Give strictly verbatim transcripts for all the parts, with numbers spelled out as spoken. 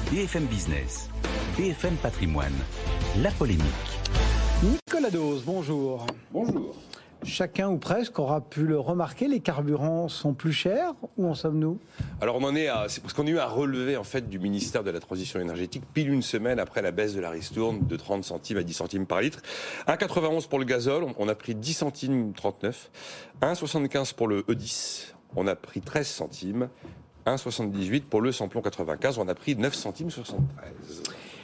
B F M Business, B F M Patrimoine, la polémique. Nicolas Dose, bonjour. Bonjour. Chacun ou presque aura pu le remarquer, les carburants sont plus chers. Où en sommes-nous ? Alors on en est à, c'est parce qu'on a eu un relevé en fait du ministère de la Transition énergétique pile une semaine après la baisse de la ristourne de trente centimes à dix centimes par litre. un virgule quatre-vingt-onze pour le gazole, on a pris dix centimes trente-neuf. un virgule soixante-quinze pour le E dix, on a pris treize centimes. un virgule soixante-dix-huit pour le samplon quatre-vingt-quinze, on a pris neuf centimes soixante-treize.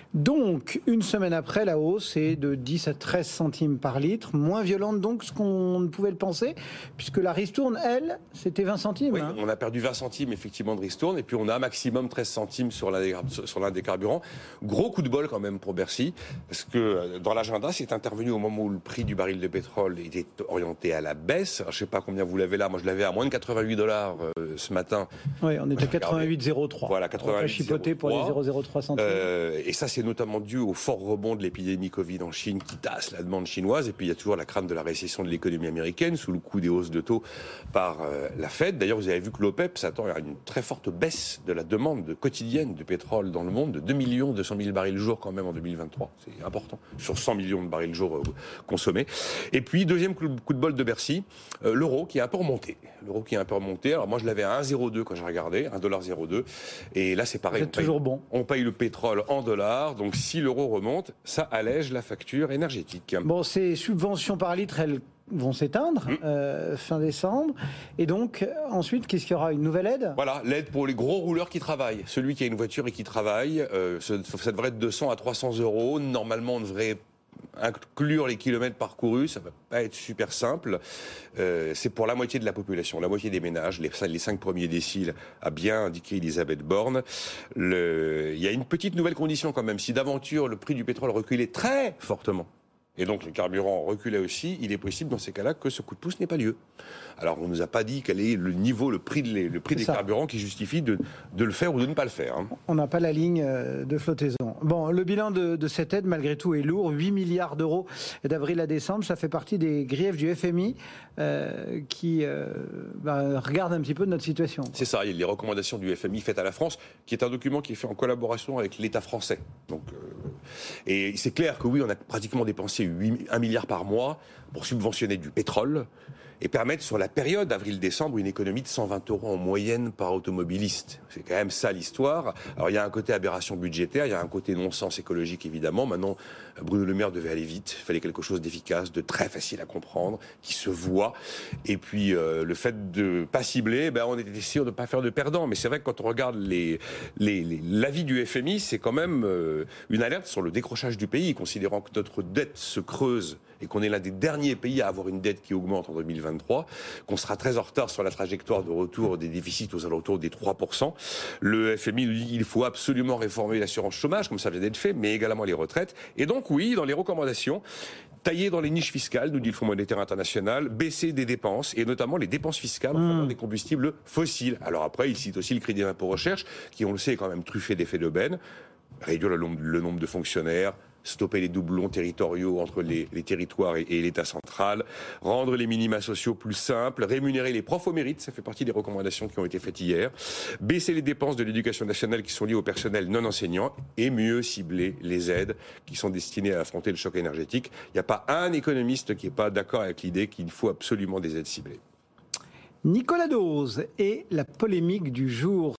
Donc, une semaine après, la hausse est de dix à treize centimes par litre, moins violente donc ce qu'on ne pouvait le penser, puisque la ristourne, elle, c'était vingt centimes. Oui, hein. on a perdu vingt centimes effectivement de ristourne, et puis on a un maximum treize centimes sur l'un des, sur l'un des carburants. Gros coup de bol quand même pour Bercy, parce que dans l'agenda, c'est intervenu au moment où le prix du baril de pétrole était orienté à la baisse. Alors, je ne sais pas combien vous l'avez là, moi je l'avais à moins de quatre-vingt-huit dollars euh, ce matin. Oui, on était à quatre-vingt-huit virgule zéro trois. Voilà, quatre-vingt-huit virgule zéro trois. Chipoté pour les zéro virgule zéro trois centimes. Euh, et ça, c'est notamment dû au fort rebond de l'épidémie Covid en Chine qui tasse la demande chinoise. Et puis, il y a toujours la crainte de la récession de l'économie américaine sous le coup des hausses de taux par euh, la Fed. D'ailleurs, vous avez vu que l'OPEP s'attend à une très forte baisse de la demande quotidienne de pétrole dans le monde, de deux millions deux cent mille barils jour quand même en deux mille vingt-trois. C'est important, sur cent millions de barils jour euh, consommés. Et puis, deuxième coup, coup de bol de Bercy, euh, l'euro qui est un peu remonté. L'euro qui est un peu remonté. Alors moi, je l'avais à un virgule zéro deux quand j'ai regardé, un dollar zéro deux. Et là, c'est pareil. C'est toujours bon. On paye le pétrole en dollars. Donc, si l'euro remonte, ça allège la facture énergétique. Bon, ces subventions par litre, elles vont s'éteindre mmh. euh, fin décembre. Et donc, ensuite, qu'est-ce qu'il y aura ? Une nouvelle aide ? Voilà, l'aide pour les gros rouleurs qui travaillent. Celui qui a une voiture et qui travaille, euh, ça, ça devrait être deux cents à trois cents euros. Normalement, on devrait inclure les kilomètres parcourus, ça va pas être super simple. Euh, c'est pour la moitié de la population, la moitié des ménages, les, les cinq premiers déciles, a bien indiqué Elisabeth Borne. Le, il y a une petite nouvelle condition quand même. Si d'aventure le prix du pétrole reculait très fortement, et donc le carburant reculait aussi, il est possible dans ces cas-là que ce coup de pouce n'ait pas lieu. Alors on ne nous a pas dit quel est le niveau, le prix, de les, le prix des ça. carburants qui justifie de, de le faire ou de ne pas le faire. Hein. On n'a pas la ligne de flottaison. Bon, le bilan de, de cette aide, malgré tout, est lourd. huit milliards d'euros d'avril à décembre. Ça fait partie des griefs du F M I euh, qui euh, bah, regarde un petit peu notre situation. C'est ça, il y a les recommandations du F M I faites à la France, qui est un document qui est fait en collaboration avec l'État français. Donc, euh, et c'est clair que oui, on a pratiquement dépensé un milliard par mois pour subventionner du pétrole et permettre sur la période avril-décembre une économie de cent vingt euros en moyenne par automobiliste. C'est quand même ça l'histoire. Alors il y a un côté aberration budgétaire, il y a un côté non-sens écologique évidemment. Maintenant, Bruno Le Maire devait aller vite, il fallait quelque chose d'efficace, de très facile à comprendre, qui se voit. Et puis euh, le fait de pas cibler, ben, on était sûr de ne pas faire de perdants. Mais c'est vrai que quand on regarde les, les, les, l'avis du F M I, c'est quand même euh, une alerte sur le décrochage du pays, considérant que notre dette se creuse et qu'on est l'un des derniers pays à avoir une dette qui augmente en deux mille vingt-trois, qu'on sera très en retard sur la trajectoire de retour des déficits aux alentours des trois pour cent. Le F M I nous dit qu'il faut absolument réformer l'assurance chômage, comme ça vient d'être fait, mais également les retraites. Et donc oui, dans les recommandations, tailler dans les niches fiscales, nous dit le Fonds monétaire international, baisser des dépenses, et notamment les dépenses fiscales en faveur des combustibles fossiles. Alors après, il cite aussi le crédit d'impôt recherche, qui on le sait est quand même truffé d'effets d'aubaine, réduire le nombre, le nombre de fonctionnaires, stopper les doublons territoriaux entre les, les territoires et, et l'État central, rendre les minima sociaux plus simples, rémunérer les profs au mérite, ça fait partie des recommandations qui ont été faites hier, baisser les dépenses de l'éducation nationale qui sont liées au personnel non enseignant et mieux cibler les aides qui sont destinées à affronter le choc énergétique. Il n'y a pas un économiste qui n'est pas d'accord avec l'idée qu'il faut absolument des aides ciblées. Nicolas Dose et la polémique du jour.